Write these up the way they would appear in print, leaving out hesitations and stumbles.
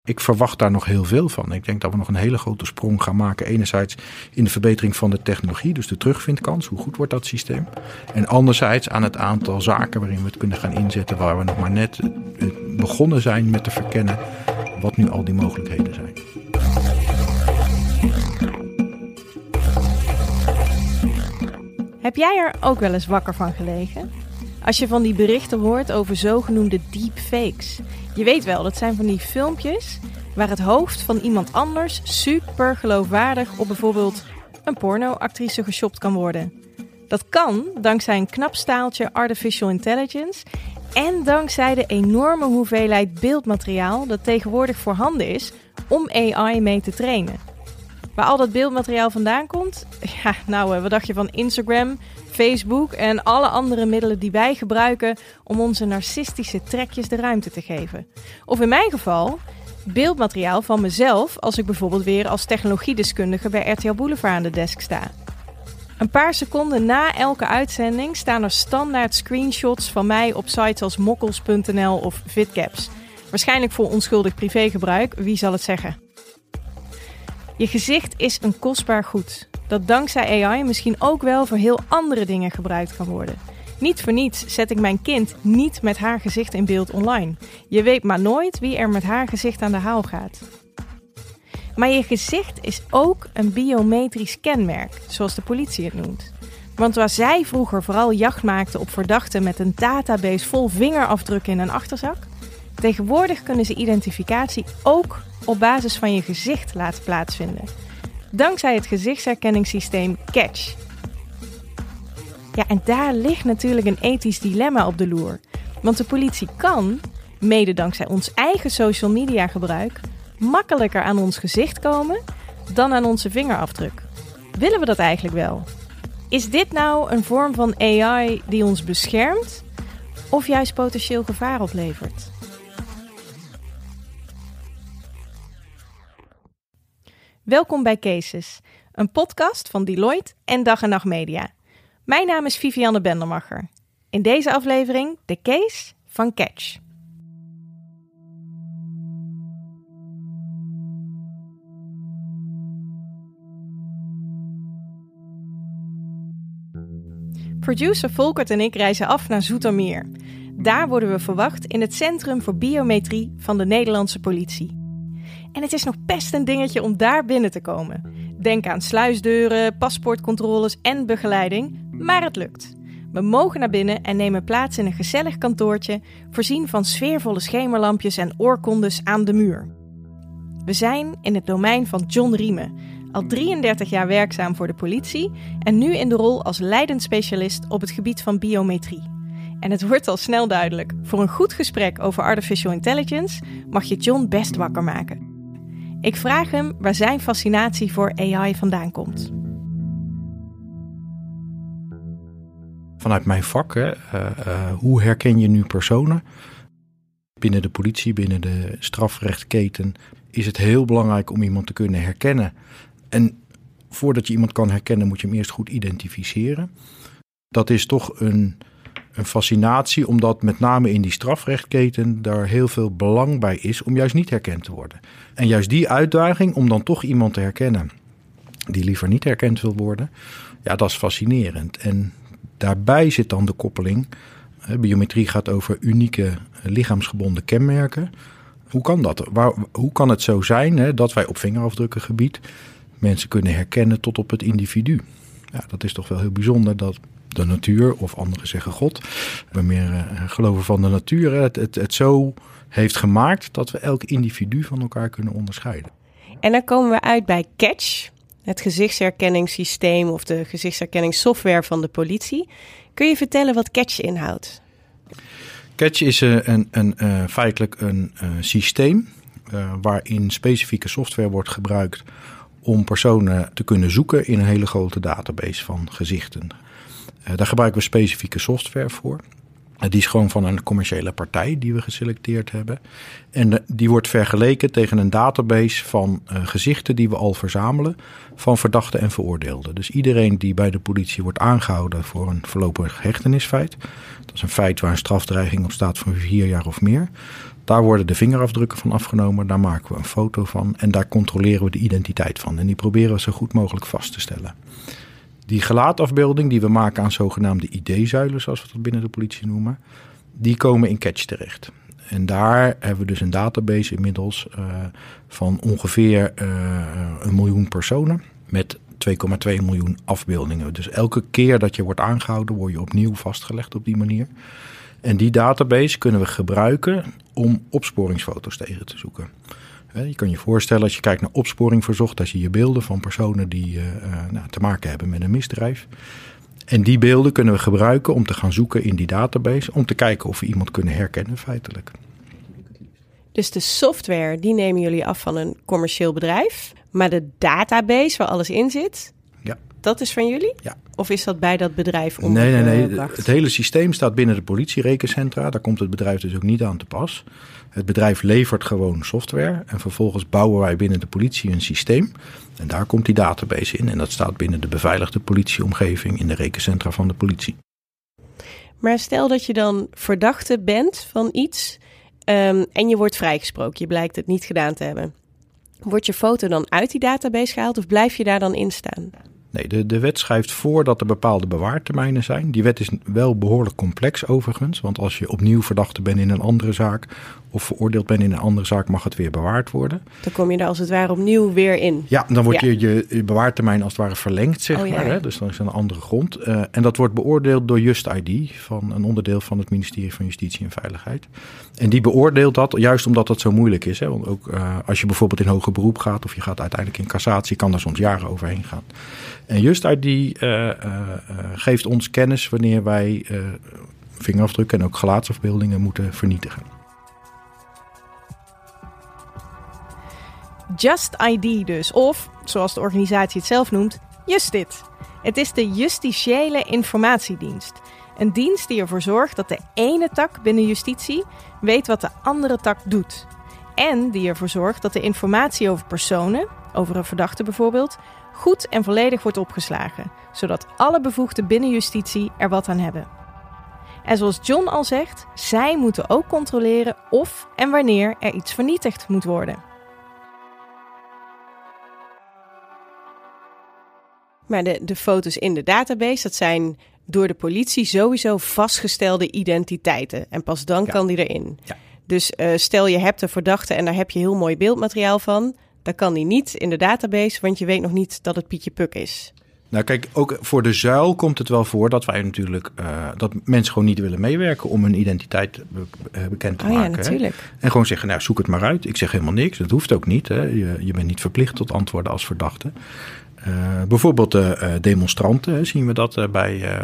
Ik verwacht daar nog heel veel van. Ik denk dat we nog een hele grote sprong gaan maken. Enerzijds in de verbetering van de technologie, dus de terugvindkans. Hoe goed wordt dat systeem? En anderzijds aan het aantal zaken waarin we het kunnen gaan inzetten, waar we nog maar net begonnen zijn met te verkennen wat nu al die mogelijkheden zijn. Heb jij er ook wel eens wakker van gelegen? Als je van die berichten hoort over zogenoemde deepfakes. Je weet wel, dat zijn van die filmpjes waar het hoofd van iemand anders super geloofwaardig op bijvoorbeeld een pornoactrice geshopt kan worden. Dat kan dankzij een knap staaltje artificial intelligence en dankzij de enorme hoeveelheid beeldmateriaal dat tegenwoordig voorhanden is om AI mee te trainen. Waar al dat beeldmateriaal vandaan komt? Ja, nou, wat dacht je van Instagram, Facebook en alle andere middelen die wij gebruiken om onze narcistische trekjes de ruimte te geven? Of in mijn geval, beeldmateriaal van mezelf als ik bijvoorbeeld weer als technologiedeskundige bij RTL Boulevard aan de desk sta. Een paar seconden na elke uitzending staan er standaard screenshots van mij op sites als mokkels.nl of VidCaps. Waarschijnlijk voor onschuldig privégebruik, wie zal het zeggen? Je gezicht is een kostbaar goed, dat dankzij AI misschien ook wel voor heel andere dingen gebruikt kan worden. Niet voor niets zet ik mijn kind niet met haar gezicht in beeld online. Je weet maar nooit wie er met haar gezicht aan de haal gaat. Maar je gezicht is ook een biometrisch kenmerk, zoals de politie het noemt. Want waar zij vroeger vooral jacht maakten op verdachten met een database vol vingerafdrukken in een achterzak, tegenwoordig kunnen ze identificatie ook op basis van je gezicht laten plaatsvinden. Dankzij het gezichtsherkenningssysteem Catch. Ja, en daar ligt natuurlijk een ethisch dilemma op de loer. Want de politie kan, mede dankzij ons eigen social media gebruik, makkelijker aan ons gezicht komen dan aan onze vingerafdruk. Willen we dat eigenlijk wel? Is dit nou een vorm van AI die ons beschermt of juist potentieel gevaar oplevert? Welkom bij Cases, een podcast van Deloitte en Dag en Nacht Media. Mijn naam is Vivianne Bendermacher. In deze aflevering de case van Catch. Producer Volkert en ik reizen af naar Zoetermeer. Daar worden we verwacht in het Centrum voor Biometrie van de Nederlandse politie. En het is nog best een dingetje om daar binnen te komen. Denk aan sluisdeuren, paspoortcontroles en begeleiding, maar het lukt. We mogen naar binnen en nemen plaats in een gezellig kantoortje, voorzien van sfeervolle schemerlampjes en oorkondes aan de muur. We zijn in het domein van John Riemen, al 33 jaar werkzaam voor de politie en nu in de rol als leidend specialist op het gebied van biometrie. En het wordt al snel duidelijk, voor een goed gesprek over artificial intelligence mag je John best wakker maken. Ik vraag hem waar zijn fascinatie voor AI vandaan komt. Vanuit mijn vak, hoe herken je nu personen? Binnen de politie, binnen de strafrechtketen is het heel belangrijk om iemand te kunnen herkennen. En voordat je iemand kan herkennen moet je hem eerst goed identificeren. Dat is toch een fascinatie, omdat met name in die strafrechtketen daar heel veel belang bij is om juist niet herkend te worden. En juist die uitdaging om dan toch iemand te herkennen die liever niet herkend wil worden, ja, dat is fascinerend. En daarbij zit dan de koppeling. Biometrie gaat over unieke lichaamsgebonden kenmerken. Hoe kan dat? Hoe kan het zo zijn dat wij op vingerafdrukkengebied mensen kunnen herkennen tot op het individu? Ja, dat is toch wel heel bijzonder dat de natuur, of anderen zeggen God, we meer geloven van de natuur, het zo heeft gemaakt dat we elk individu van elkaar kunnen onderscheiden. En dan komen we uit bij Catch, het gezichtsherkenningssysteem of de gezichtsherkenningssoftware van de politie. Kun je vertellen wat Catch inhoudt? Catch is feitelijk een systeem waarin specifieke software wordt gebruikt om personen te kunnen zoeken in een hele grote database van gezichten. Daar gebruiken we specifieke software voor. Die is gewoon van een commerciële partij die we geselecteerd hebben. En die wordt vergeleken tegen een database van gezichten die we al verzamelen van verdachten en veroordeelden. Dus iedereen die bij de politie wordt aangehouden voor een voorlopig hechtenisfeit, dat is een feit waar een strafdreiging op staat van 4 jaar of meer, Daar worden de vingerafdrukken van afgenomen. Daar maken we een foto van. En daar controleren we de identiteit van. En die proberen we zo goed mogelijk vast te stellen. Die gelaatafbeelding die we maken aan zogenaamde ID-zuilen, zoals we dat binnen de politie noemen, die komen in Catch terecht. En daar hebben we dus een database inmiddels van ongeveer 1 miljoen personen met 2,2 miljoen afbeeldingen. Dus elke keer dat je wordt aangehouden, word je opnieuw vastgelegd op die manier. En die database kunnen we gebruiken om opsporingsfoto's tegen te zoeken. Je kan je voorstellen, als je kijkt naar opsporing verzocht, dan zie je beelden van personen die te maken hebben met een misdrijf. En die beelden kunnen we gebruiken om te gaan zoeken in die database, om te kijken of we iemand kunnen herkennen feitelijk. Dus de software, die nemen jullie af van een commercieel bedrijf, maar de database waar alles in zit, ja, dat is van jullie? Ja. Of is dat bij dat bedrijf? Nee. Het hele systeem staat binnen de politierekencentra. Daar komt het bedrijf dus ook niet aan te pas. Het bedrijf levert gewoon software. En vervolgens bouwen wij binnen de politie een systeem. En daar komt die database in. En dat staat binnen de beveiligde politieomgeving in de rekencentra van de politie. Maar stel dat je dan verdachte bent van iets en je wordt vrijgesproken. Je blijkt het niet gedaan te hebben. Wordt je foto dan uit die database gehaald of blijf je daar dan in staan? Nee, de wet schrijft voor dat er bepaalde bewaartermijnen zijn. Die wet is wel behoorlijk complex overigens. Want als je opnieuw verdachte bent in een andere zaak of veroordeeld bent in een andere zaak, mag het weer bewaard worden. Dan kom je er als het ware opnieuw weer in. Ja, dan wordt je bewaartermijn als het ware verlengd, zeg maar. Hè? Dus dan is er een andere grond. En dat wordt beoordeeld door Just ID, van een onderdeel van het ministerie van Justitie en Veiligheid. En die beoordeelt dat, juist omdat dat zo moeilijk is. Hè? Want ook als je bijvoorbeeld in hoger beroep gaat of je gaat uiteindelijk in cassatie, kan daar soms jaren overheen gaan. En Just ID geeft ons kennis wanneer wij vingerafdrukken en ook gelaatsafbeeldingen moeten vernietigen. Just ID dus, of zoals de organisatie het zelf noemt, Justit. Het is de Justitiële Informatiedienst. Een dienst die ervoor zorgt dat de ene tak binnen justitie weet wat de andere tak doet. En die ervoor zorgt dat de informatie over personen, over een verdachte bijvoorbeeld, goed en volledig wordt opgeslagen, zodat alle bevoegden binnen justitie er wat aan hebben. En zoals John al zegt, zij moeten ook controleren of en wanneer er iets vernietigd moet worden. Maar de foto's in de database, dat zijn door de politie sowieso vastgestelde identiteiten. En pas dan kan die erin. Ja. Dus stel je hebt een verdachte en daar heb je heel mooi beeldmateriaal van, dan kan die niet in de database, want je weet nog niet dat het Pietje Puk is. Nou kijk, ook voor de zuil komt het wel voor dat wij natuurlijk dat mensen gewoon niet willen meewerken om hun identiteit bekend te maken. Ja, natuurlijk. Hè? En gewoon zeggen, nou zoek het maar uit. Ik zeg helemaal niks, dat hoeft ook niet. Hè? Je bent niet verplicht tot antwoorden als verdachte. Bijvoorbeeld demonstranten zien we dat bij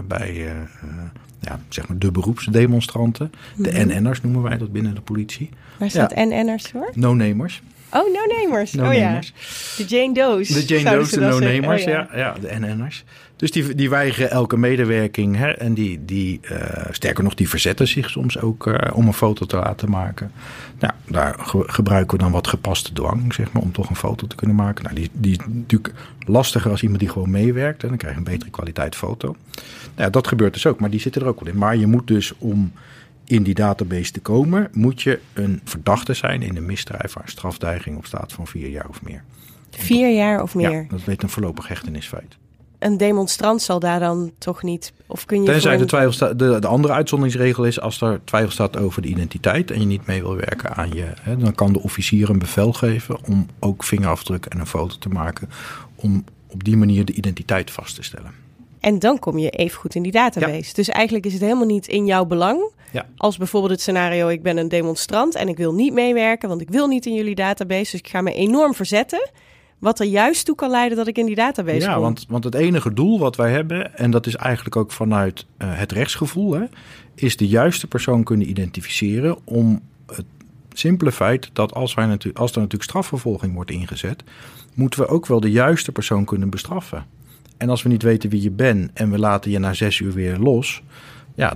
zeg maar de beroepsdemonstranten. De NN'ers noemen wij dat binnen de politie. Waar staat NN'ers voor? No-namers. Oh, no-namers. No-namers. Ja. De Jane Doe's. De Jane Doe's, de no-namers, ja, de NN'ers. Dus die weigeren elke medewerking. Hè, en die sterker nog, die verzetten zich soms ook om een foto te laten maken. Nou, daar gebruiken we dan wat gepaste dwang, zeg maar, om toch een foto te kunnen maken. Nou, die is natuurlijk lastiger als iemand die gewoon meewerkt. En dan krijg je een betere kwaliteit foto. Nou, dat gebeurt dus ook, maar die zitten er ook wel in. Maar je moet dus om in die database te komen, moet je een verdachte zijn in een misdrijf waar een strafdreiging op staat van 4 jaar of meer. 4 jaar of meer? Ja, dat weet een voorlopig hechtenisfeit. Een demonstrant zal daar dan toch niet, of kun je... Tenzij de andere uitzonderingsregel is, als er twijfel staat over de identiteit en je niet mee wil werken aan je, hè, dan kan de officier een bevel geven om ook vingerafdruk en een foto te maken, om op die manier de identiteit vast te stellen. En dan kom je even goed in die database. Ja. Dus eigenlijk is het helemaal niet in jouw belang. Ja. Als bijvoorbeeld het scenario, ik ben een demonstrant en ik wil niet meewerken, want ik wil niet in jullie database, dus ik ga me enorm verzetten. Wat er juist toe kan leiden dat ik in die database kom. Ja, want het enige doel wat wij hebben, en dat is eigenlijk ook vanuit het rechtsgevoel, hè, is de juiste persoon kunnen identificeren om het simpele feit dat als er natuurlijk strafvervolging wordt ingezet, moeten we ook wel de juiste persoon kunnen bestraffen. En als we niet weten wie je bent en we laten je na 6 uur weer los, ja,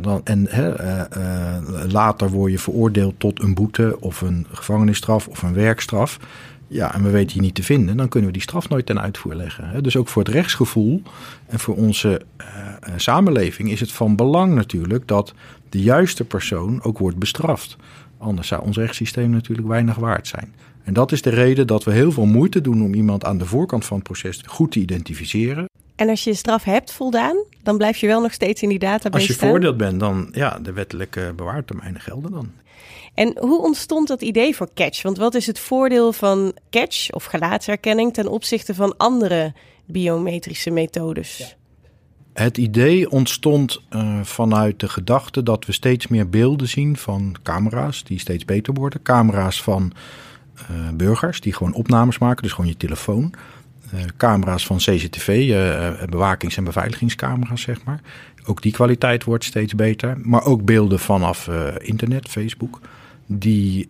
later word je veroordeeld tot een boete of een gevangenisstraf of een werkstraf. Ja, en we weten je niet te vinden, dan kunnen we die straf nooit ten uitvoer leggen. Dus ook voor het rechtsgevoel en voor onze samenleving is het van belang natuurlijk dat de juiste persoon ook wordt bestraft. Anders zou ons rechtssysteem natuurlijk weinig waard zijn. En dat is de reden dat we heel veel moeite doen om iemand aan de voorkant van het proces goed te identificeren. En als je je straf hebt voldaan, dan blijf je wel nog steeds in die database staan? staan? Als je veroordeeld bent, dan de wettelijke bewaartermijnen gelden dan. En hoe ontstond dat idee voor Catch? Want wat is het voordeel van Catch of gelaatsherkenning ten opzichte van andere biometrische methodes? Ja. Het idee ontstond vanuit de gedachte dat we steeds meer beelden zien van camera's die steeds beter worden. Camera's van burgers die gewoon opnames maken, dus gewoon je telefoon. Camera's van CCTV, bewakings- en beveiligingscamera's, zeg maar. Ook die kwaliteit wordt steeds beter. Maar ook beelden vanaf internet, Facebook, die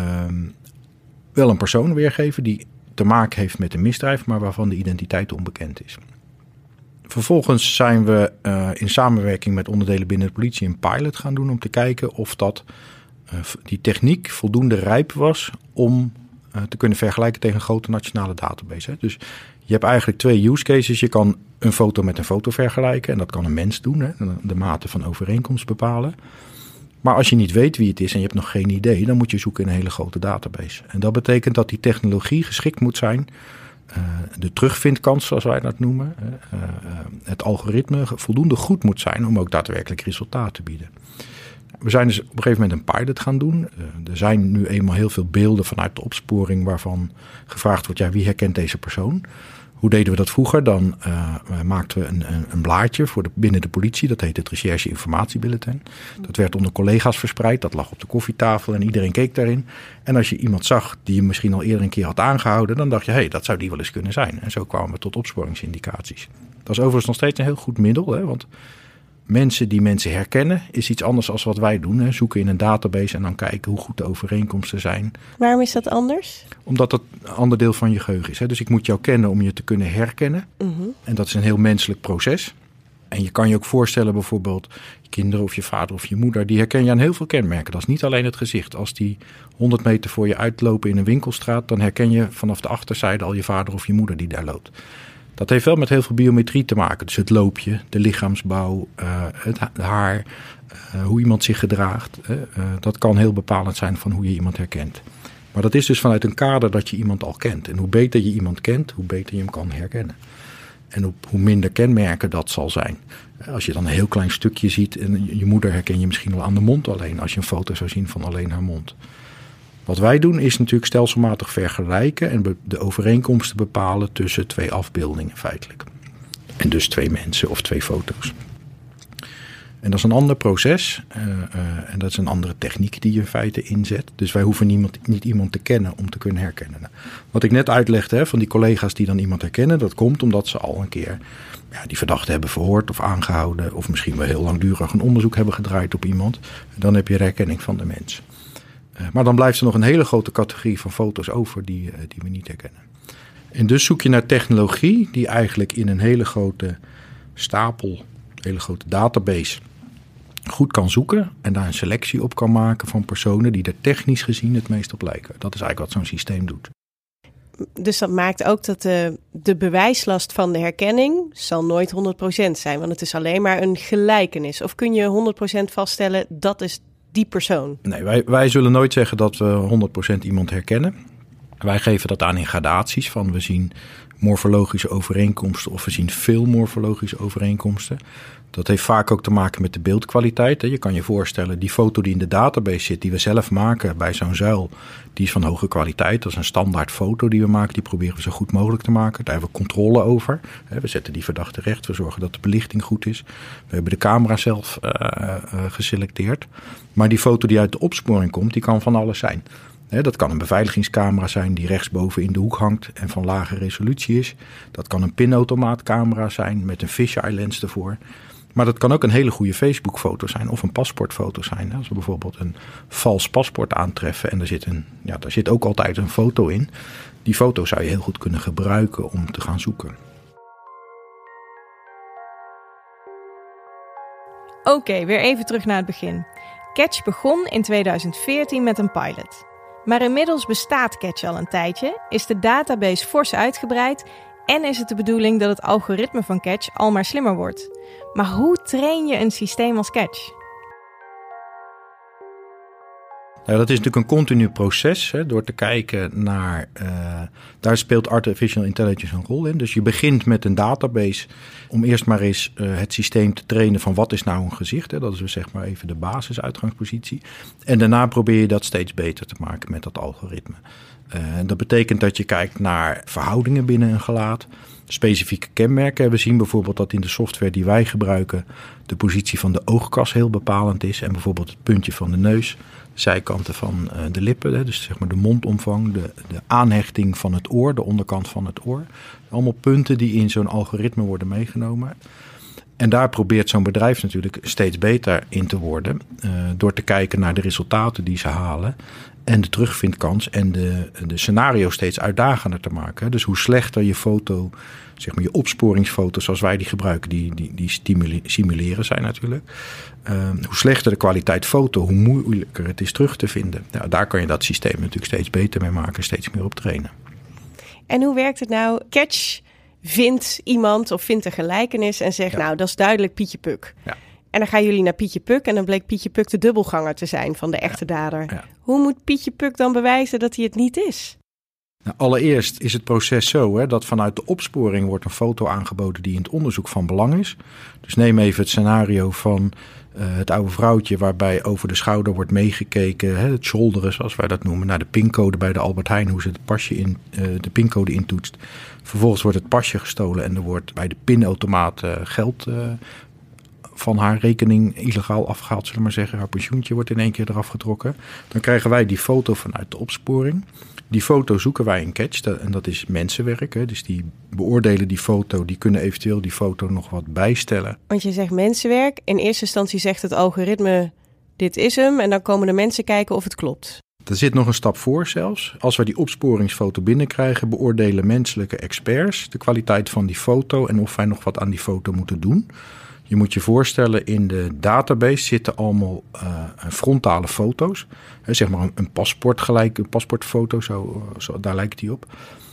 wel een persoon weergeven die te maken heeft met een misdrijf, maar waarvan de identiteit onbekend is. Vervolgens zijn we in samenwerking met onderdelen binnen de politie een pilot gaan doen om te kijken of die techniek voldoende rijp was om te kunnen vergelijken tegen een grote nationale database. Hè. Dus je hebt eigenlijk 2 use cases. Je kan een foto met een foto vergelijken en dat kan een mens doen. Hè, de mate van overeenkomst bepalen. Maar als je niet weet wie het is en je hebt nog geen idee, dan moet je zoeken in een hele grote database. En dat betekent dat die technologie geschikt moet zijn. De terugvindkans, zoals wij dat noemen. Het algoritme voldoende goed moet zijn om ook daadwerkelijk resultaat te bieden. We zijn dus op een gegeven moment een pilot gaan doen. Er zijn nu eenmaal heel veel beelden vanuit de opsporing waarvan gevraagd wordt, wie herkent deze persoon? Hoe deden we dat vroeger? Dan maakten we een blaadje binnen de politie. Dat heet het Recherche Informatiebulletin. Dat werd onder collega's verspreid. Dat lag op de koffietafel en iedereen keek daarin. En als je iemand zag die je misschien al eerder een keer had aangehouden, dan dacht je, dat zou die wel eens kunnen zijn. En zo kwamen we tot opsporingsindicaties. Dat is overigens nog steeds een heel goed middel, hè, want mensen die mensen herkennen is iets anders dan wat wij doen. Hè. Zoeken in een database en dan kijken hoe goed de overeenkomsten zijn. Waarom is dat anders? Omdat het een ander deel van je geheugen is. Hè. Dus ik moet jou kennen om je te kunnen herkennen. Mm-hmm. En dat is een heel menselijk proces. En je kan je ook voorstellen bijvoorbeeld je kinderen of je vader of je moeder. Die herken je aan heel veel kenmerken. Dat is niet alleen het gezicht. Als die 100 meter voor je uitlopen in een winkelstraat, dan herken je vanaf de achterzijde al je vader of je moeder die daar loopt. Dat heeft wel met heel veel biometrie te maken. Dus het loopje, de lichaamsbouw, het haar, hoe iemand zich gedraagt. Dat kan heel bepalend zijn van hoe je iemand herkent. Maar dat is dus vanuit een kader dat je iemand al kent. En hoe beter je iemand kent, hoe beter je hem kan herkennen. En hoe minder kenmerken dat zal zijn. Als je dan een heel klein stukje ziet en je moeder herken je misschien wel aan de mond alleen. Als je een foto zou zien van alleen haar mond. Wat wij doen is natuurlijk stelselmatig vergelijken en de overeenkomsten bepalen tussen 2 afbeeldingen feitelijk. En dus 2 mensen of 2 foto's. En dat is een ander proces en dat is een andere techniek die je in feite inzet. Dus wij hoeven niet iemand te kennen om te kunnen herkennen. Wat ik net uitlegde van die collega's die dan iemand herkennen, dat komt omdat ze al een keer die verdachte hebben verhoord of aangehouden of misschien wel heel langdurig een onderzoek hebben gedraaid op iemand. Dan heb je herkenning van de mens. Maar dan blijft er nog een hele grote categorie van foto's over die we niet herkennen. En dus zoek je naar technologie die eigenlijk in een hele grote stapel, een hele grote database goed kan zoeken en daar een selectie op kan maken van personen die er technisch gezien het meest op lijken. Dat is eigenlijk wat zo'n systeem doet. Dus dat maakt ook dat de bewijslast van de herkenning zal nooit 100% zijn, want het is alleen maar een gelijkenis. Of kun je 100% vaststellen dat is die persoon? Nee, wij zullen nooit zeggen dat we 100% iemand herkennen. Wij geven dat aan in gradaties van we zien morfologische overeenkomsten of we zien veel morfologische overeenkomsten. Dat heeft vaak ook te maken met de beeldkwaliteit. Je kan je voorstellen, die foto die in de database zit, die we zelf maken bij zo'n zuil, die is van hoge kwaliteit. Dat is een standaard foto die we maken, die proberen we zo goed mogelijk te maken. Daar hebben we controle over. We zetten die verdachte recht, we zorgen dat de belichting goed is. We hebben de camera zelf geselecteerd. Maar die foto die uit de opsporing komt, die kan van alles zijn. Dat kan een beveiligingscamera zijn die rechtsboven in de hoek hangt en van lage resolutie is. Dat kan een pinautomaatcamera zijn met een fisheye lens ervoor. Maar dat kan ook een hele goede Facebook-foto zijn of een paspoortfoto zijn. Als we bijvoorbeeld een vals paspoort aantreffen en daar zit ook altijd een foto in. Die foto zou je heel goed kunnen gebruiken om te gaan zoeken. Oké, weer even terug naar het begin. Catch begon in 2014 met een pilot. Maar inmiddels bestaat Catch al een tijdje, is de database fors uitgebreid en is het de bedoeling dat het algoritme van Catch al maar slimmer wordt. Maar hoe train je een systeem als Catch? Dat is natuurlijk een continu proces, hè, door te kijken naar... daar speelt artificial intelligence een rol in. Dus je begint met een database om eerst maar eens het systeem te trainen van wat is nou een gezicht. Hè. Dat is dus zeg maar even de basisuitgangspositie. En daarna probeer je dat steeds beter te maken met dat algoritme. Dat betekent dat je kijkt naar verhoudingen binnen een gelaat, specifieke kenmerken. We zien bijvoorbeeld dat in de software die wij gebruiken de positie van de oogkas heel bepalend is. En bijvoorbeeld het puntje van de neus, de zijkanten van de lippen, dus zeg maar de mondomvang, de aanhechting van het oor, de onderkant van het oor. Allemaal punten die in zo'n algoritme worden meegenomen. En daar probeert zo'n bedrijf natuurlijk steeds beter in te worden, door te kijken naar de resultaten die ze halen en de terugvindkans en de scenario steeds uitdagender te maken. Dus hoe slechter je foto, zeg maar je opsporingsfoto's zoals wij die gebruiken, die simuleren zijn natuurlijk. Hoe slechter de kwaliteit foto, hoe moeilijker het is terug te vinden. Nou, daar kan je dat systeem natuurlijk steeds beter mee maken, steeds meer op trainen. En hoe werkt het nou? Catch vindt iemand of vindt een gelijkenis en zegt, nou, dat is duidelijk Pietje Puk. Ja. En dan gaan jullie naar Pietje Puk en dan bleek Pietje Puk de dubbelganger te zijn van de echte dader. Ja. Hoe moet Pietje Puk dan bewijzen dat hij het niet is? Nou, allereerst is het proces zo, dat vanuit de opsporing wordt een foto aangeboden die in het onderzoek van belang is. Dus neem even het scenario van het oude vrouwtje waarbij over de schouder wordt meegekeken, het sholderen zoals wij dat noemen, naar de pincode bij de Albert Heijn, hoe ze het pasje de pincode intoetst. Vervolgens wordt het pasje gestolen en er wordt bij de pinautomaat geld van haar rekening illegaal afgehaald, zullen we maar zeggen. Haar pensioentje wordt in één keer eraf getrokken. Dan krijgen wij die foto vanuit de opsporing. Die foto zoeken wij in Catch en dat is mensenwerk. Hè. Dus die beoordelen die foto, die kunnen eventueel die foto nog wat bijstellen. Want je zegt mensenwerk. In eerste instantie zegt het algoritme, dit is hem. En dan komen de mensen kijken of het klopt. Er zit nog een stap voor zelfs. Als we die opsporingsfoto binnenkrijgen, beoordelen menselijke experts de kwaliteit van die foto en of wij nog wat aan die foto moeten doen. Je moet je voorstellen, in de database zitten allemaal frontale foto's. Zeg maar een paspoortfoto, zo, daar lijkt die op.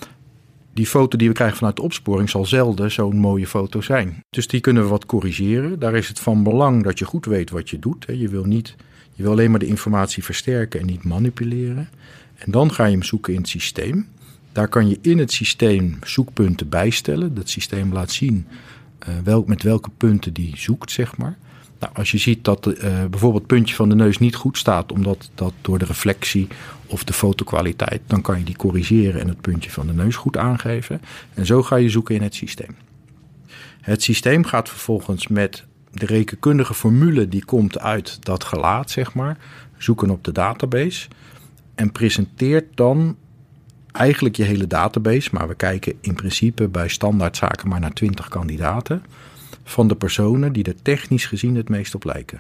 Die foto die we krijgen vanuit de opsporing zal zelden zo'n mooie foto zijn. Dus die kunnen we wat corrigeren. Daar is het van belang dat je goed weet wat je doet. Je wil alleen maar de informatie versterken en niet manipuleren. En dan ga je hem zoeken in het systeem. Daar kan je in het systeem zoekpunten bijstellen. Dat systeem laat zien met welke punten die zoekt, zeg maar. Nou, als je ziet dat bijvoorbeeld het puntje van de neus niet goed staat, omdat dat door de reflectie of de fotokwaliteit, dan kan je die corrigeren en het puntje van de neus goed aangeven. En zo ga je zoeken in het systeem. Het systeem gaat vervolgens met de rekenkundige formule die komt uit dat gelaat, zeg maar, zoeken op de database en presenteert dan eigenlijk je hele database, maar we kijken in principe bij standaardzaken maar naar 20 kandidaten van de personen die er technisch gezien het meest op lijken.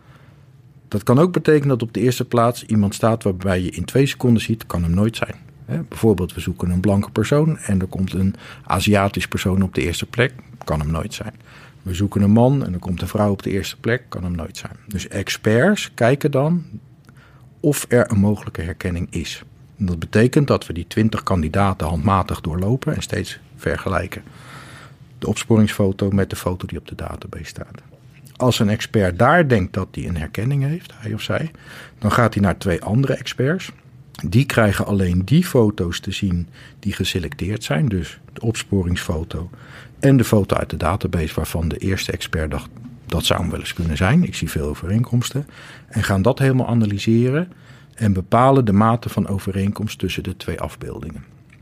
Dat kan ook betekenen dat op de eerste plaats iemand staat waarbij je in 2 seconden ziet, kan hem nooit zijn. Bijvoorbeeld we zoeken een blanke persoon en er komt een Aziatisch persoon op de eerste plek, kan hem nooit zijn. We zoeken een man en er komt een vrouw op de eerste plek, kan hem nooit zijn. Dus experts kijken dan of er een mogelijke herkenning is. En dat betekent dat we die 20 kandidaten handmatig doorlopen en steeds vergelijken. De opsporingsfoto met de foto die op de database staat. Als een expert daar denkt dat hij een herkenning heeft, hij of zij, dan gaat hij naar 2 andere experts. Die krijgen alleen die foto's te zien die geselecteerd zijn. Dus de opsporingsfoto en de foto uit de database waarvan de eerste expert dacht, dat zou hem wel eens kunnen zijn. Ik zie veel overeenkomsten. En gaan dat helemaal analyseren en bepalen de mate van overeenkomst tussen de 2 afbeeldingen.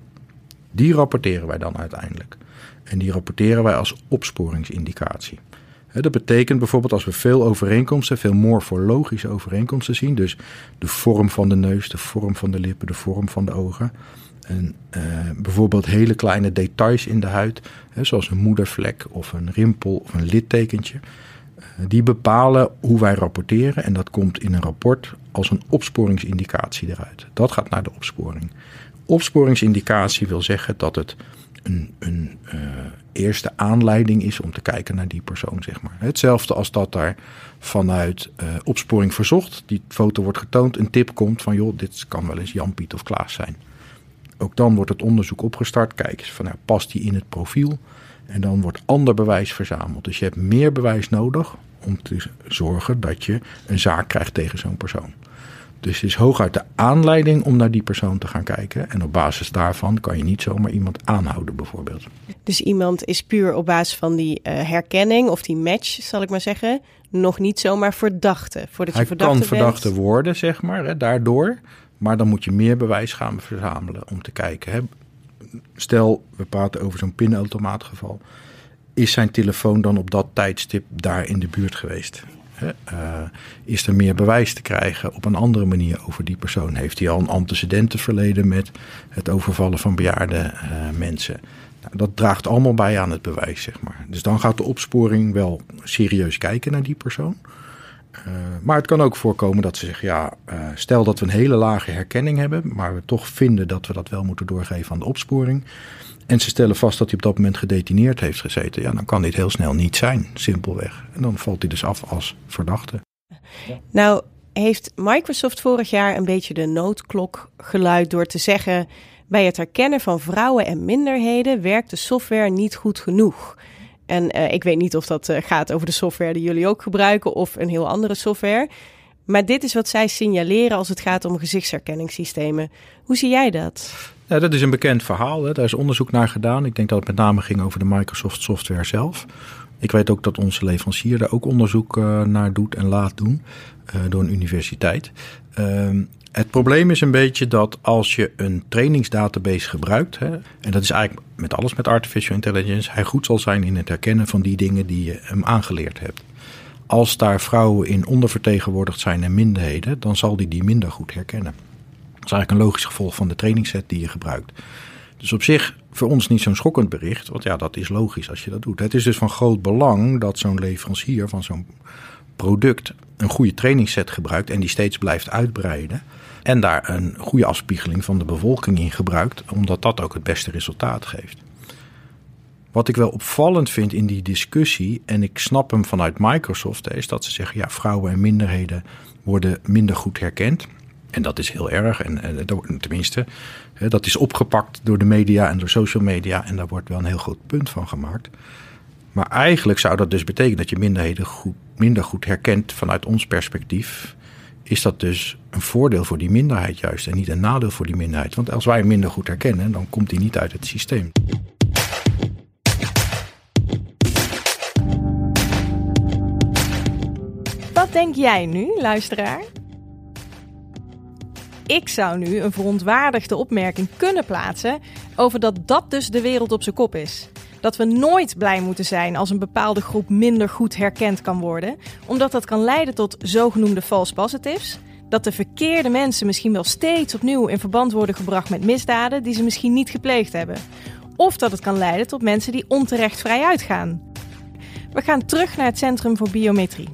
Die rapporteren wij dan uiteindelijk. En die rapporteren wij als opsporingsindicatie. Dat betekent bijvoorbeeld als we veel overeenkomsten, veel morfologische overeenkomsten zien. Dus de vorm van de neus, de vorm van de lippen, de vorm van de ogen. En bijvoorbeeld hele kleine details in de huid, zoals een moedervlek of een rimpel of een littekentje. Die bepalen hoe wij rapporteren en dat komt in een rapport als een opsporingsindicatie eruit. Dat gaat naar de opsporing. Opsporingsindicatie wil zeggen dat het een eerste aanleiding is om te kijken naar die persoon, zeg maar. Hetzelfde als dat daar vanuit opsporing verzocht, die foto wordt getoond, een tip komt van joh, dit kan wel eens Jan, Piet of Klaas zijn. Ook dan wordt het onderzoek opgestart. Kijk eens van, past die in het profiel? En dan wordt ander bewijs verzameld. Dus je hebt meer bewijs nodig om te zorgen dat je een zaak krijgt tegen zo'n persoon. Dus het is hooguit de aanleiding om naar die persoon te gaan kijken. En op basis daarvan kan je niet zomaar iemand aanhouden bijvoorbeeld. Dus iemand is puur op basis van die herkenning of die match, zal ik maar zeggen, nog niet zomaar verdachte. Voordat je verdachte kan verdachte worden, zeg maar, hè, daardoor. Maar dan moet je meer bewijs gaan verzamelen om te kijken. Hè. Stel, we praten over zo'n pinautomaatgeval. Is zijn telefoon dan op dat tijdstip daar in de buurt geweest? Is er meer bewijs te krijgen op een andere manier over die persoon? Heeft hij al een antecedentenverleden met het overvallen van bejaarde mensen? Nou, dat draagt allemaal bij aan het bewijs, zeg maar. Dus dan gaat de opsporing wel serieus kijken naar die persoon. Maar het kan ook voorkomen dat ze zeggen, stel dat we een hele lage herkenning hebben, maar we toch vinden dat we dat wel moeten doorgeven aan de opsporing. En ze stellen vast dat hij op dat moment gedetineerd heeft gezeten. Ja, dan kan dit heel snel niet zijn, simpelweg. En dan valt hij dus af als verdachte. Nou, heeft Microsoft vorig jaar een beetje de noodklok geluid door te zeggen, bij het herkennen van vrouwen en minderheden werkt de software niet goed genoeg. En ik weet niet of dat gaat over de software die jullie ook gebruiken of een heel andere software. Maar dit is wat zij signaleren als het gaat om gezichtsherkenningssystemen. Hoe zie jij dat? Ja, dat is een bekend verhaal. Hè. Daar is onderzoek naar gedaan. Ik denk dat het met name ging over de Microsoft software zelf. Ik weet ook dat onze leverancier daar ook onderzoek naar doet en laat doen door een universiteit. Het probleem is een beetje dat als je een trainingsdatabase gebruikt, hè, en dat is eigenlijk met alles met artificial intelligence, hij goed zal zijn in het herkennen van die dingen die je hem aangeleerd hebt. Als daar vrouwen in ondervertegenwoordigd zijn en minderheden, dan zal die minder goed herkennen. Dat is eigenlijk een logisch gevolg van de trainingsset die je gebruikt. Dus op zich voor ons niet zo'n schokkend bericht, want ja, dat is logisch als je dat doet. Het is dus van groot belang dat zo'n leverancier van zo'n product een goede trainingsset gebruikt en die steeds blijft uitbreiden. En daar een goede afspiegeling van de bevolking in gebruikt, omdat dat ook het beste resultaat geeft. Wat ik wel opvallend vind in die discussie, en ik snap hem vanuit Microsoft, is dat ze zeggen, ja, vrouwen en minderheden worden minder goed herkend. En dat is heel erg, en tenminste, dat is opgepakt door de media en door social media en daar wordt wel een heel groot punt van gemaakt. Maar eigenlijk zou dat dus betekenen dat je minderheden minder goed herkent vanuit ons perspectief. Is dat dus een voordeel voor die minderheid juist en niet een nadeel voor die minderheid? Want als wij hem minder goed herkennen, dan komt hij niet uit het systeem. Wat denk jij nu, luisteraar? Ik zou nu een verontwaardigde opmerking kunnen plaatsen over dat dus de wereld op zijn kop is. Dat we nooit blij moeten zijn als een bepaalde groep minder goed herkend kan worden, omdat dat kan leiden tot zogenoemde false positives. Dat de verkeerde mensen misschien wel steeds opnieuw in verband worden gebracht met misdaden die ze misschien niet gepleegd hebben. Of dat het kan leiden tot mensen die onterecht vrij uitgaan. We gaan terug naar het Centrum voor Biometrie.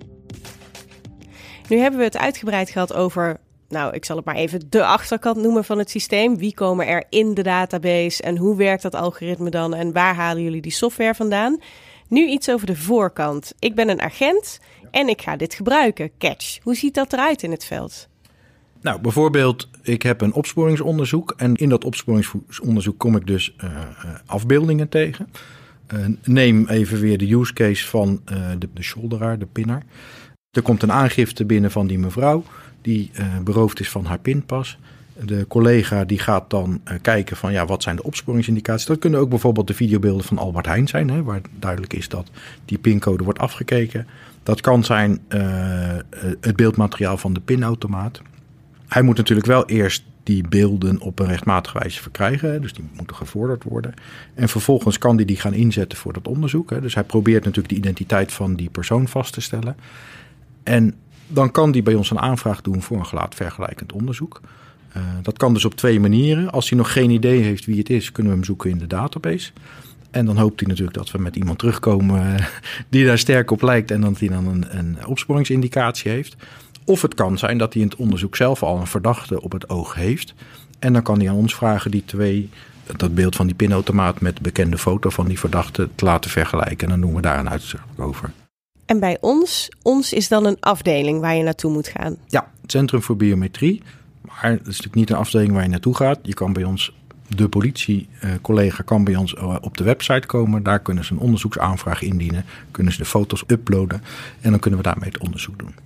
Nu hebben we het uitgebreid gehad over, ik zal het maar even de achterkant noemen van het systeem. Wie komen er in de database en hoe werkt dat algoritme dan en waar halen jullie die software vandaan? Nu iets over de voorkant. Ik ben een agent en ik ga dit gebruiken. Catch. Hoe ziet dat eruit in het veld? Nou, bijvoorbeeld, ik heb een opsporingsonderzoek en in dat opsporingsonderzoek kom ik dus afbeeldingen tegen. Neem even weer de use case van de sholderaar, de pinner. Er komt een aangifte binnen van die mevrouw die beroofd is van haar pinpas. De collega die gaat dan kijken van wat zijn de opsporingsindicaties. Dat kunnen ook bijvoorbeeld de videobeelden van Albert Heijn zijn, hè, waar duidelijk is dat die pincode wordt afgekeken. Dat kan zijn het beeldmateriaal van de pinautomaat. Hij moet natuurlijk wel eerst die beelden op een rechtmatige wijze verkrijgen. Hè, dus die moeten gevorderd worden. En vervolgens kan die gaan inzetten voor dat onderzoek. Hè. Dus hij probeert natuurlijk de identiteit van die persoon vast te stellen. En dan kan die bij ons een aanvraag doen voor een gelaatvergelijkend onderzoek. Dat kan dus op 2 manieren. Als hij nog geen idee heeft wie het is, kunnen we hem zoeken in de database. En dan hoopt hij natuurlijk dat we met iemand terugkomen die daar sterk op lijkt en dat hij dan een opsporingsindicatie heeft. Of het kan zijn dat hij in het onderzoek zelf al een verdachte op het oog heeft. En dan kan hij aan ons vragen dat beeld van die pinautomaat met de bekende foto van die verdachte te laten vergelijken. En dan doen we daar een uitspraak over. En bij ons is dan een afdeling waar je naartoe moet gaan? Ja, het Centrum voor Biometrie. Maar dat is natuurlijk niet een afdeling waar je naartoe gaat. Je kan bij ons, de politiecollega kan bij ons op de website komen. Daar kunnen ze een onderzoeksaanvraag indienen. Kunnen ze de foto's uploaden. En dan kunnen we daarmee het onderzoek doen.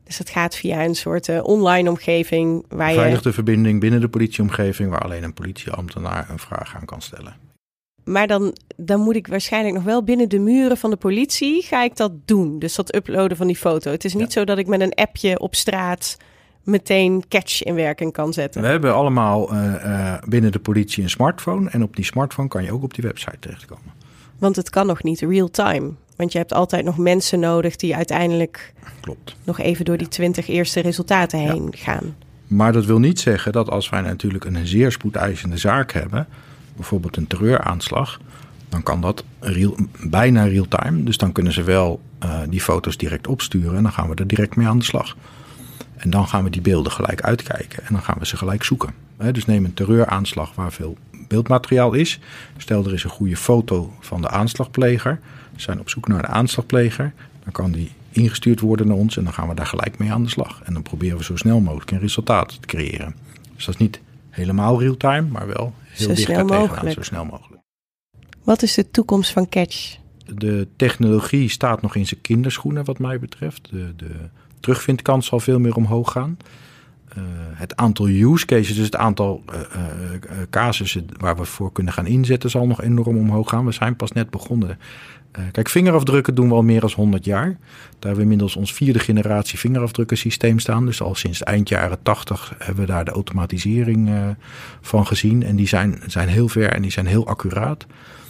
Dus het gaat via een soort online omgeving waar je... Veilige verbinding binnen de politieomgeving waar alleen een politieambtenaar een vraag aan kan stellen. Maar dan moet ik waarschijnlijk nog wel binnen de muren van de politie ga ik dat doen. Dus dat uploaden van die foto. Het is niet zo dat ik met een appje op straat meteen Catch in werking kan zetten. We hebben allemaal binnen de politie een smartphone. En op die smartphone kan je ook op die website terechtkomen. Want het kan nog niet real-time. Want je hebt altijd nog mensen nodig die uiteindelijk nog even door die 20 eerste resultaten heen gaan. Maar dat wil niet zeggen dat als wij natuurlijk een zeer spoedeisende zaak hebben, bijvoorbeeld een terreuraanslag, dan kan dat bijna real-time. Dus dan kunnen ze wel die foto's direct opsturen en dan gaan we er direct mee aan de slag. En dan gaan we die beelden gelijk uitkijken en dan gaan we ze gelijk zoeken. Dus neem een terreuraanslag waar veel beeldmateriaal is. Stel er is een goede foto van de aanslagpleger. We zijn op zoek naar de aanslagpleger. Dan kan die ingestuurd worden naar ons en dan gaan we daar gelijk mee aan de slag. En dan proberen we zo snel mogelijk een resultaat te creëren. Dus dat is niet helemaal real-time, maar wel heel dicht tegenaan, zo snel mogelijk. Wat is de toekomst van Catch? De technologie staat nog in zijn kinderschoenen wat mij betreft. De terugvindkans zal veel meer omhoog gaan. Het aantal use cases, dus het aantal casussen waar we voor kunnen gaan inzetten, zal nog enorm omhoog gaan. We zijn pas net begonnen. Kijk, vingerafdrukken doen we al meer dan 100 jaar. Daar hebben we inmiddels ons 4e generatie vingerafdrukkensysteem staan. Dus al sinds eind jaren 80 hebben we daar de automatisering van gezien. En die zijn heel ver en die zijn heel accuraat.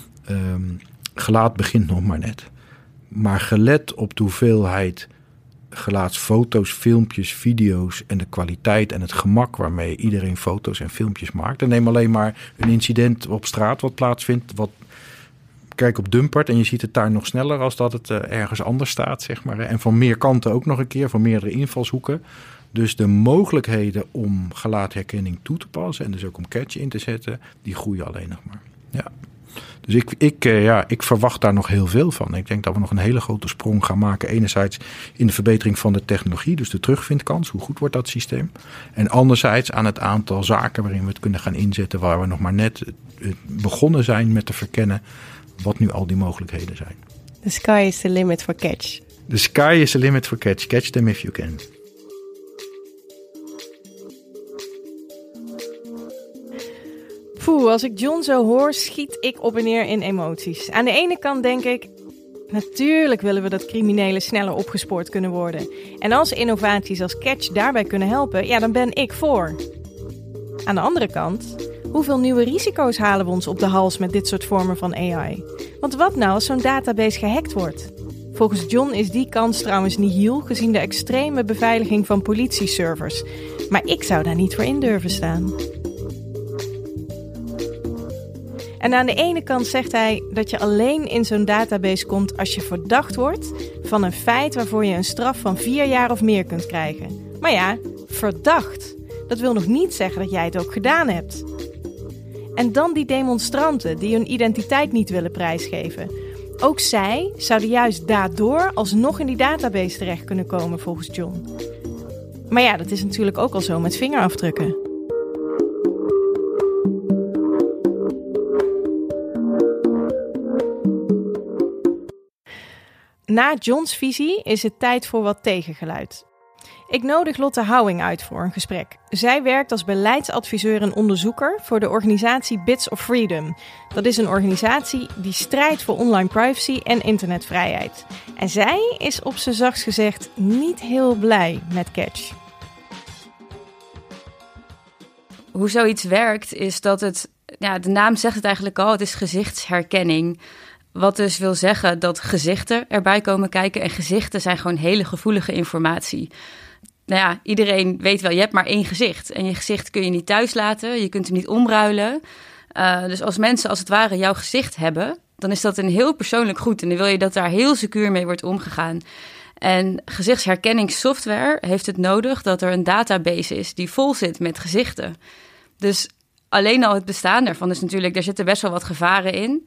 Gelaat begint nog maar net. Maar gelet op de hoeveelheid gelaatsfoto's, filmpjes, video's en de kwaliteit en het gemak waarmee iedereen foto's en filmpjes maakt. En neem alleen maar een incident op straat wat plaatsvindt. Kijk op Dumpert en je ziet het daar nog sneller als dat het ergens anders staat, zeg maar. En van meer kanten ook nog een keer, van meerdere invalshoeken. Dus de mogelijkheden om gelaatherkenning toe te passen en dus ook om Catch in te zetten, die groeien alleen nog maar. Ja. Dus ik verwacht daar nog heel veel van. Ik denk dat we nog een hele grote sprong gaan maken. Enerzijds in de verbetering van de technologie, dus de terugvindkans. Hoe goed wordt dat systeem? En anderzijds aan het aantal zaken waarin we het kunnen gaan inzetten, waar we nog maar net begonnen zijn met te verkennen wat nu al die mogelijkheden zijn. The sky is the limit for Catch. The sky is the limit for Catch. Catch them if you can. Als ik John zo hoor, schiet ik op en neer in emoties. Aan de ene kant denk ik, natuurlijk willen we dat criminelen sneller opgespoord kunnen worden. En als innovaties als Catch daarbij kunnen helpen, ja, dan ben ik voor. Aan de andere kant, hoeveel nieuwe risico's halen we ons op de hals met dit soort vormen van AI? Want wat nou als zo'n database gehackt wordt? Volgens John is die kans trouwens nihil, gezien de extreme beveiliging van politieservers. Maar ik zou daar niet voor in durven staan. En aan de ene kant zegt hij dat je alleen in zo'n database komt als je verdacht wordt van een feit waarvoor je een straf van 4 jaar of meer kunt krijgen. Maar ja, verdacht. Dat wil nog niet zeggen dat jij het ook gedaan hebt. En dan die demonstranten die hun identiteit niet willen prijsgeven. Ook zij zouden juist daardoor alsnog in die database terecht kunnen komen volgens John. Maar ja, dat is natuurlijk ook al zo met vingerafdrukken. Na Johns visie is het tijd voor wat tegengeluid. Ik nodig Lotte Houwing uit voor een gesprek. Zij werkt als beleidsadviseur en onderzoeker voor de organisatie Bits of Freedom. Dat is een organisatie die strijdt voor online privacy en internetvrijheid. En zij is op z'n zachtst gezegd niet heel blij met Catch. Hoe zoiets werkt is dat het, de naam zegt het eigenlijk al, het is gezichtsherkenning. Wat dus wil zeggen dat gezichten erbij komen kijken. En gezichten zijn gewoon hele gevoelige informatie. Iedereen weet wel, je hebt maar 1 gezicht. En je gezicht kun je niet thuis laten, je kunt hem niet omruilen. Dus als mensen als het ware jouw gezicht hebben, dan is dat een heel persoonlijk goed. En dan wil je dat daar heel secuur mee wordt omgegaan. En gezichtsherkenningssoftware heeft het nodig dat er een database is die vol zit met gezichten. Dus alleen al het bestaan daarvan is natuurlijk, daar zitten best wel wat gevaren in.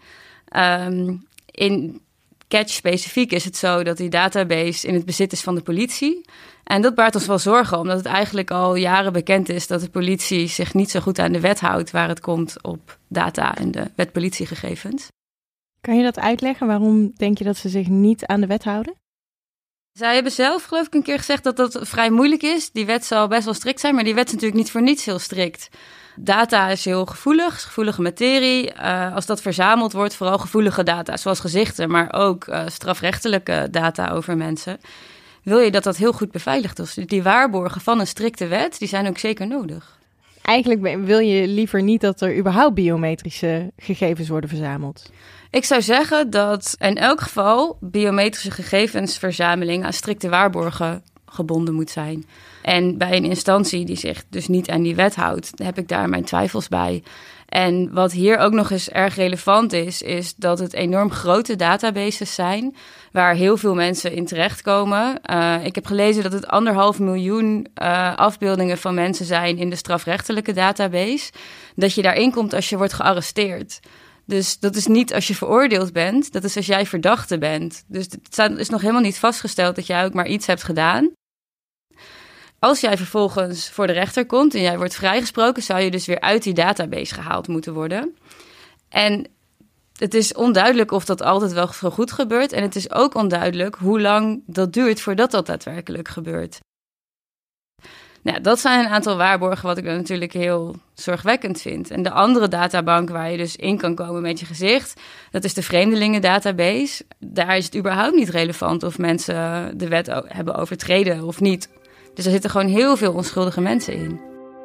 In Catch specifiek is het zo dat die database in het bezit is van de politie. En dat baart ons wel zorgen, omdat het eigenlijk al jaren bekend is dat de politie zich niet zo goed aan de wet houdt waar het komt op data en de wet politiegegevens. Kan je dat uitleggen? Waarom denk je dat ze zich niet aan de wet houden? Zij hebben zelf, geloof ik, een keer gezegd dat dat vrij moeilijk is. Die wet zal best wel strikt zijn, maar die wet is natuurlijk niet voor niets heel strikt. Data is heel gevoelig, is gevoelige materie. Als dat verzameld wordt, vooral gevoelige data, zoals gezichten, maar ook strafrechtelijke data over mensen, wil je dat dat heel goed beveiligd is. Dus die waarborgen van een strikte wet, die zijn ook zeker nodig. Eigenlijk wil je liever niet dat er überhaupt biometrische gegevens worden verzameld. Ik zou zeggen dat in elk geval biometrische gegevensverzameling aan strikte waarborgen gebonden moet zijn. En bij een instantie die zich dus niet aan die wet houdt, heb ik daar mijn twijfels bij. En wat hier ook nog eens erg relevant is dat het enorm grote databases zijn, waar heel veel mensen in terechtkomen. Ik heb gelezen dat het 1,5 miljoen afbeeldingen van mensen zijn in de strafrechtelijke database. Dat je daarin komt als je wordt gearresteerd. Dus dat is niet als je veroordeeld bent, dat is als jij verdachte bent. Dus het is nog helemaal niet vastgesteld dat jij ook maar iets hebt gedaan. Als jij vervolgens voor de rechter komt en jij wordt vrijgesproken, zou je dus weer uit die database gehaald moeten worden. En het is onduidelijk of dat altijd wel zo goed gebeurt. En het is ook onduidelijk hoe lang dat duurt voordat dat daadwerkelijk gebeurt. Nou, dat zijn een aantal waarborgen wat ik dan natuurlijk heel zorgwekkend vind. En de andere databank waar je dus in kan komen met je gezicht, dat is de vreemdelingendatabase. Daar is het überhaupt niet relevant of mensen de wet hebben overtreden of niet. Dus er zitten gewoon heel veel onschuldige mensen in.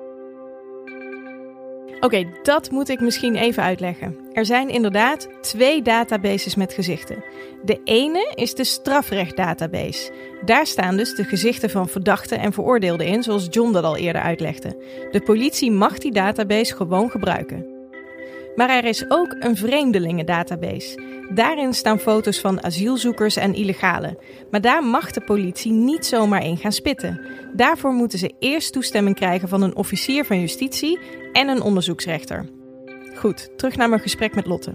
Oké, dat moet ik misschien even uitleggen. Er zijn inderdaad 2 databases met gezichten. De ene is de strafrechtdatabase. Daar staan dus de gezichten van verdachten en veroordeelden in, zoals John dat al eerder uitlegde. De politie mag die database gewoon gebruiken. Maar er is ook een vreemdelingendatabase. Daarin staan foto's van asielzoekers en illegalen. Maar daar mag de politie niet zomaar in gaan spitten. Daarvoor moeten ze eerst toestemming krijgen van een officier van justitie en een onderzoeksrechter. Goed, terug naar mijn gesprek met Lotte.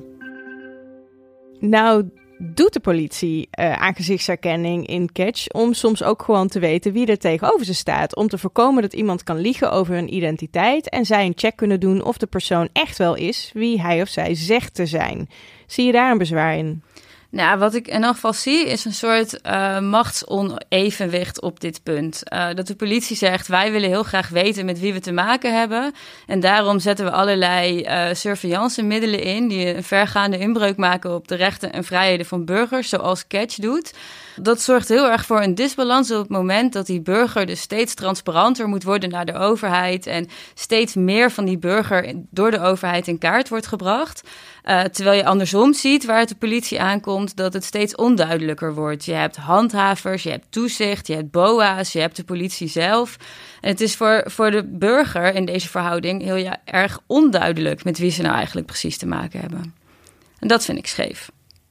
Nou, doet de politie aan gezichtsherkenning in Catch om soms ook gewoon te weten wie er tegenover ze staat. Om te voorkomen dat iemand kan liegen over hun identiteit en zij een check kunnen doen of de persoon echt wel is wie hij of zij zegt te zijn. Zie je daar een bezwaar in? Nou, wat ik in elk geval zie is een soort machtsonevenwicht op dit punt. Dat de politie zegt, wij willen heel graag weten met wie we te maken hebben. En daarom zetten we allerlei surveillance-middelen in die een vergaande inbreuk maken op de rechten en vrijheden van burgers, zoals Catch doet. Dat zorgt heel erg voor een disbalans op het moment dat die burger dus steeds transparanter moet worden naar de overheid en steeds meer van die burger door de overheid in kaart wordt gebracht. Terwijl je andersom ziet waar het de politie aankomt, dat het steeds onduidelijker wordt. Je hebt handhavers, je hebt toezicht, je hebt BOA's, je hebt de politie zelf. En het is voor de burger in deze verhouding heel erg onduidelijk met wie ze nou eigenlijk precies te maken hebben. En dat vind ik scheef.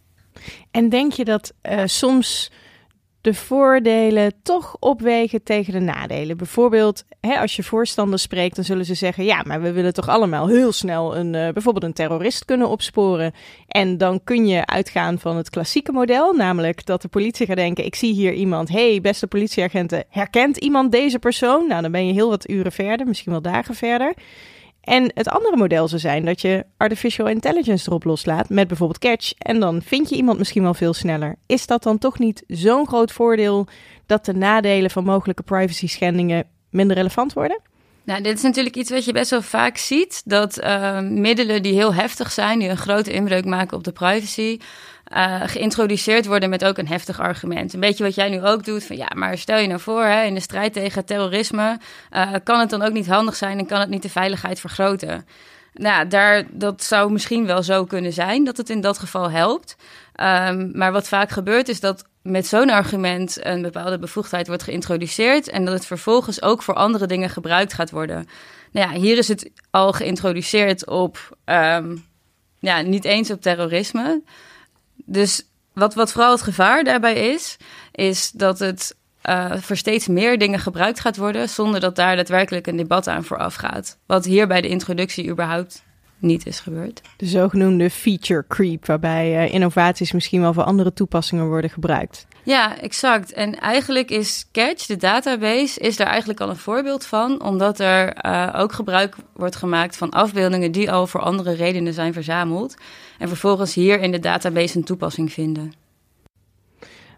En denk je dat soms de voordelen toch opwegen tegen de nadelen? Bijvoorbeeld, als je voorstanders spreekt, dan zullen ze zeggen, ja, maar we willen toch allemaal heel snel bijvoorbeeld een terrorist kunnen opsporen. En dan kun je uitgaan van het klassieke model, namelijk dat de politie gaat denken, ik zie hier iemand, hey, beste politieagenten, herkent iemand deze persoon? Nou, dan ben je heel wat uren verder, misschien wel dagen verder. En het andere model zou zijn dat je artificial intelligence erop loslaat met bijvoorbeeld Catch. En dan vind je iemand misschien wel veel sneller. Is dat dan toch niet zo'n groot voordeel dat de nadelen van mogelijke privacy schendingen minder relevant worden? Nou, dit is natuurlijk iets wat je best wel vaak ziet. Dat middelen die heel heftig zijn, die een grote inbreuk maken op de privacy, geïntroduceerd worden met ook een heftig argument. Een beetje wat jij nu ook doet, van ja, maar stel je nou voor, in de strijd tegen terrorisme, kan het dan ook niet handig zijn en kan het niet de veiligheid vergroten? Nou, dat zou misschien wel zo kunnen zijn, dat het in dat geval helpt. Maar wat vaak gebeurt is dat met zo'n argument een bepaalde bevoegdheid wordt geïntroduceerd en dat het vervolgens ook voor andere dingen gebruikt gaat worden. Nou ja, hier is het al geïntroduceerd op, niet eens op terrorisme. Dus wat vooral het gevaar daarbij is dat het voor steeds meer dingen gebruikt gaat worden zonder dat daar daadwerkelijk een debat aan vooraf gaat. Wat hier bij de introductie überhaupt niet is gebeurd. De zogenoemde feature creep, waarbij innovaties misschien wel voor andere toepassingen worden gebruikt. Ja, exact. En eigenlijk is Catch, de database, is daar eigenlijk al een voorbeeld van, omdat er ook gebruik wordt gemaakt van afbeeldingen die al voor andere redenen zijn verzameld en vervolgens hier in de database een toepassing vinden.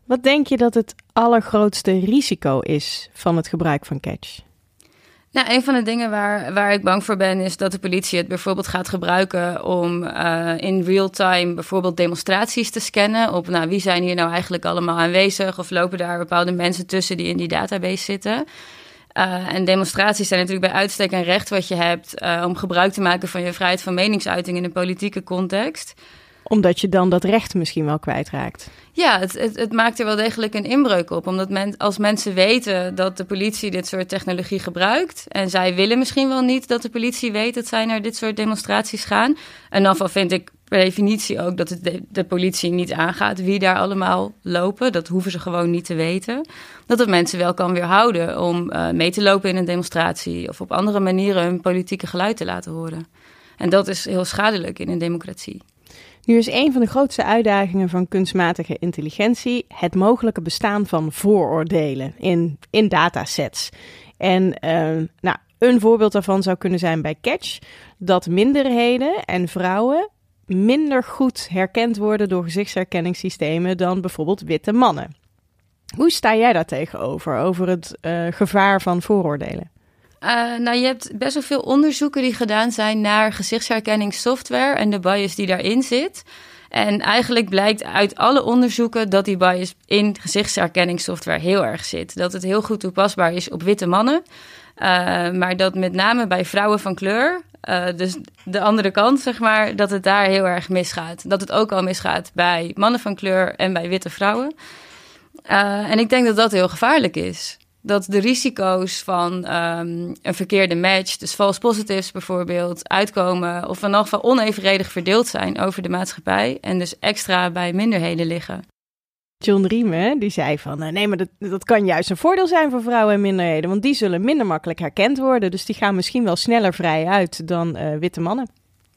Wat denk je dat het allergrootste risico is van het gebruik van Catch? Nou, een van de dingen waar ik bang voor ben, is dat de politie het bijvoorbeeld gaat gebruiken om in real time bijvoorbeeld demonstraties te scannen. Op wie zijn hier nou eigenlijk allemaal aanwezig? Of lopen daar bepaalde mensen tussen die in die database zitten? En demonstraties zijn natuurlijk bij uitstek een recht wat je hebt om gebruik te maken van je vrijheid van meningsuiting in een politieke context. Omdat je dan dat recht misschien wel kwijtraakt. Ja, het maakt er wel degelijk een inbreuk op. Omdat als mensen weten dat de politie dit soort technologie gebruikt, en zij willen misschien wel niet dat de politie weet dat zij naar dit soort demonstraties gaan. En dan vind ik per definitie ook dat het de politie niet aangaat wie daar allemaal lopen. Dat hoeven ze gewoon niet te weten. Dat het mensen wel kan weerhouden om mee te lopen in een demonstratie of op andere manieren hun politieke geluid te laten horen. En dat is heel schadelijk in een democratie. Nu is een van de grootste uitdagingen van kunstmatige intelligentie het mogelijke bestaan van vooroordelen in datasets. En een voorbeeld daarvan zou kunnen zijn bij Catch, dat minderheden en vrouwen minder goed herkend worden door gezichtsherkenningssystemen dan bijvoorbeeld witte mannen. Hoe sta jij daar tegenover, over het gevaar van vooroordelen? Je hebt best wel veel onderzoeken die gedaan zijn naar gezichtsherkenningssoftware en de bias die daarin zit. En eigenlijk blijkt uit alle onderzoeken dat die bias in gezichtsherkenningssoftware heel erg zit. Dat het heel goed toepasbaar is op witte mannen, maar dat met name bij vrouwen van kleur, dus de andere kant zeg maar, dat het daar heel erg misgaat. Dat het ook al misgaat bij mannen van kleur en bij witte vrouwen. En ik denk dat dat heel gevaarlijk is. Dat de risico's van een verkeerde match, dus false positives bijvoorbeeld, uitkomen of in elk geval onevenredig verdeeld zijn over de maatschappij en dus extra bij minderheden liggen. John Riemen, die zei van, nee, maar dat kan juist een voordeel zijn voor vrouwen en minderheden, want die zullen minder makkelijk herkend worden, dus die gaan misschien wel sneller vrij uit dan witte mannen.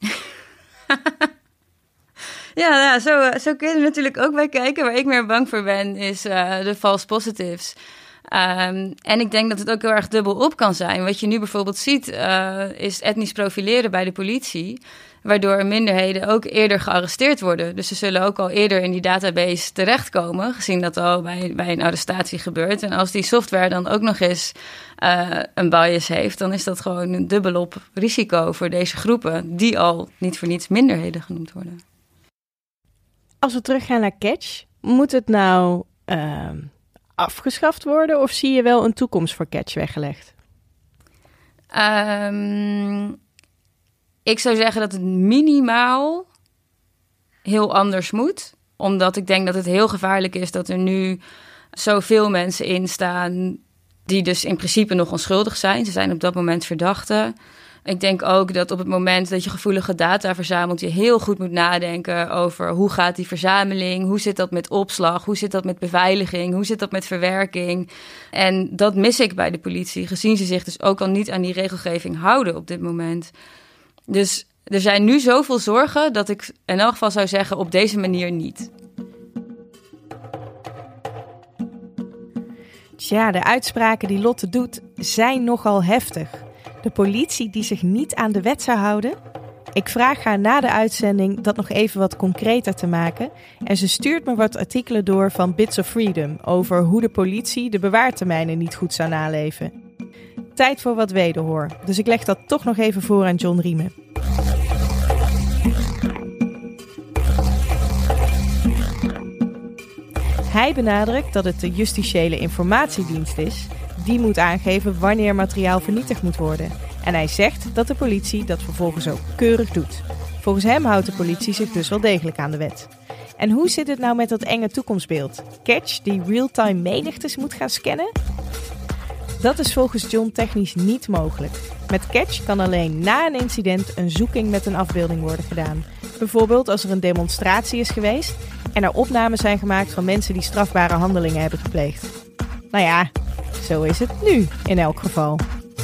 Ja, zo kun je er natuurlijk ook bij kijken. Waar ik meer bang voor ben, is de false positives. En ik denk dat het ook heel erg dubbel op kan zijn. Wat je nu bijvoorbeeld ziet, is etnisch profileren bij de politie, waardoor minderheden ook eerder gearresteerd worden. Dus ze zullen ook al eerder in die database terechtkomen, gezien dat al bij een arrestatie gebeurt. En als die software dan ook nog eens een bias heeft, dan is dat gewoon een dubbelop risico voor deze groepen, die al niet voor niets minderheden genoemd worden. Als we teruggaan naar Catch, moet het nou afgeschaft worden of zie je wel een toekomst voor Catch weggelegd? Ik zou zeggen dat het minimaal heel anders moet. Omdat ik denk dat het heel gevaarlijk is dat er nu zoveel mensen in staan die dus in principe nog onschuldig zijn. Ze zijn op dat moment verdachten. Ik denk ook dat op het moment dat je gevoelige data verzamelt, je heel goed moet nadenken over hoe gaat die verzameling, hoe zit dat met opslag, hoe zit dat met beveiliging, hoe zit dat met verwerking. En dat mis ik bij de politie, gezien ze zich dus ook al niet aan die regelgeving houden op dit moment. Dus er zijn nu zoveel zorgen dat ik in elk geval zou zeggen op deze manier niet. Tja, de uitspraken die Lotte doet zijn nogal heftig. De politie die zich niet aan de wet zou houden? Ik vraag haar na de uitzending dat nog even wat concreter te maken. En ze stuurt me wat artikelen door van Bits of Freedom over hoe de politie de bewaartermijnen niet goed zou naleven. Tijd voor wat wederhoor, dus ik leg dat toch nog even voor aan John Riemen. Hij benadrukt dat het de Justitiële Informatiedienst is. Die moet aangeven wanneer materiaal vernietigd moet worden. En hij zegt dat de politie dat vervolgens ook keurig doet. Volgens hem houdt de politie zich dus wel degelijk aan de wet. En hoe zit het nou met dat enge toekomstbeeld? Catch die real-time menigtes moet gaan scannen? Dat is volgens John technisch niet mogelijk. Met Catch kan alleen na een incident een zoeking met een afbeelding worden gedaan. Bijvoorbeeld als er een demonstratie is geweest en er opnames zijn gemaakt van mensen die strafbare handelingen hebben gepleegd. Nou ja, zo is het nu in elk geval.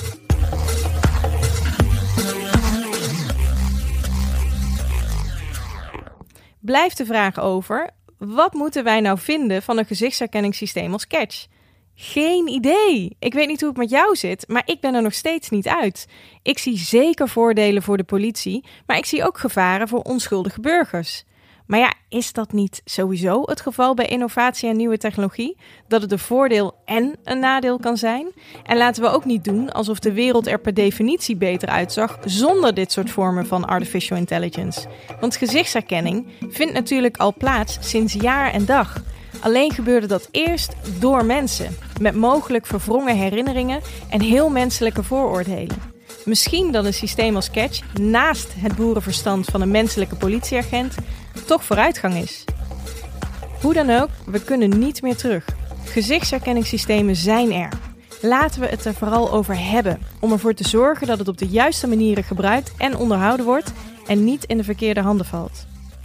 Blijft de vraag over, wat moeten wij nou vinden van een gezichtsherkenningssysteem als Catch? Geen idee. Ik weet niet hoe het met jou zit, maar ik ben er nog steeds niet uit. Ik zie zeker voordelen voor de politie, maar ik zie ook gevaren voor onschuldige burgers. Maar ja, is dat niet sowieso het geval bij innovatie en nieuwe technologie? Dat het een voordeel en een nadeel kan zijn? En laten we ook niet doen alsof de wereld er per definitie beter uitzag zonder dit soort vormen van artificial intelligence. Want gezichtsherkenning vindt natuurlijk al plaats sinds jaar en dag. Alleen gebeurde dat eerst door mensen, met mogelijk verwrongen herinneringen en heel menselijke vooroordelen. Misschien dat een systeem als Catch, naast het boerenverstand van een menselijke politieagent, toch vooruitgang is. Hoe dan ook, we kunnen niet meer terug. Gezichtsherkenningssystemen zijn er. Laten we het er vooral over hebben, om ervoor te zorgen dat het op de juiste manieren gebruikt en onderhouden wordt en niet in de verkeerde handen valt.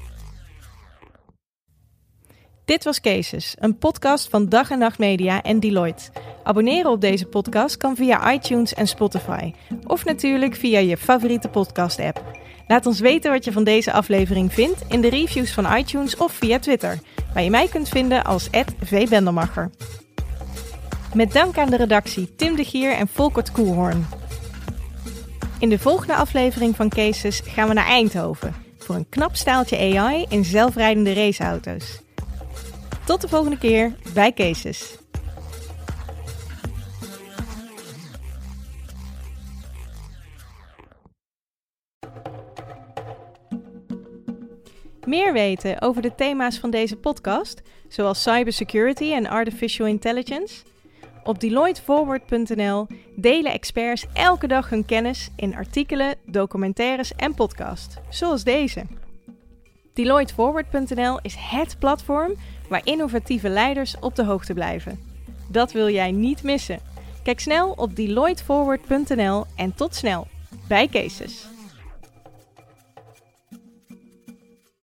Dit was Cases, een podcast van Dag en Nacht Media en Deloitte. Abonneren op deze podcast kan via iTunes en Spotify. Of natuurlijk via je favoriete podcast-app. Laat ons weten wat je van deze aflevering vindt in de reviews van iTunes of via Twitter, waar je mij kunt vinden als @vbendermacher. Met dank aan de redactie Tim de Gier en Volkert Koelhoorn. In de volgende aflevering van Cases gaan we naar Eindhoven voor een knap staaltje AI in zelfrijdende raceauto's. Tot de volgende keer bij Cases. Meer weten over de thema's van deze podcast, zoals cybersecurity en artificial intelligence? Op DeloitteForward.nl delen experts elke dag hun kennis in artikelen, documentaires en podcasts, zoals deze. DeloitteForward.nl is het platform waar innovatieve leiders op de hoogte blijven. Dat wil jij niet missen. Kijk snel op DeloitteForward.nl en tot snel bij Cases.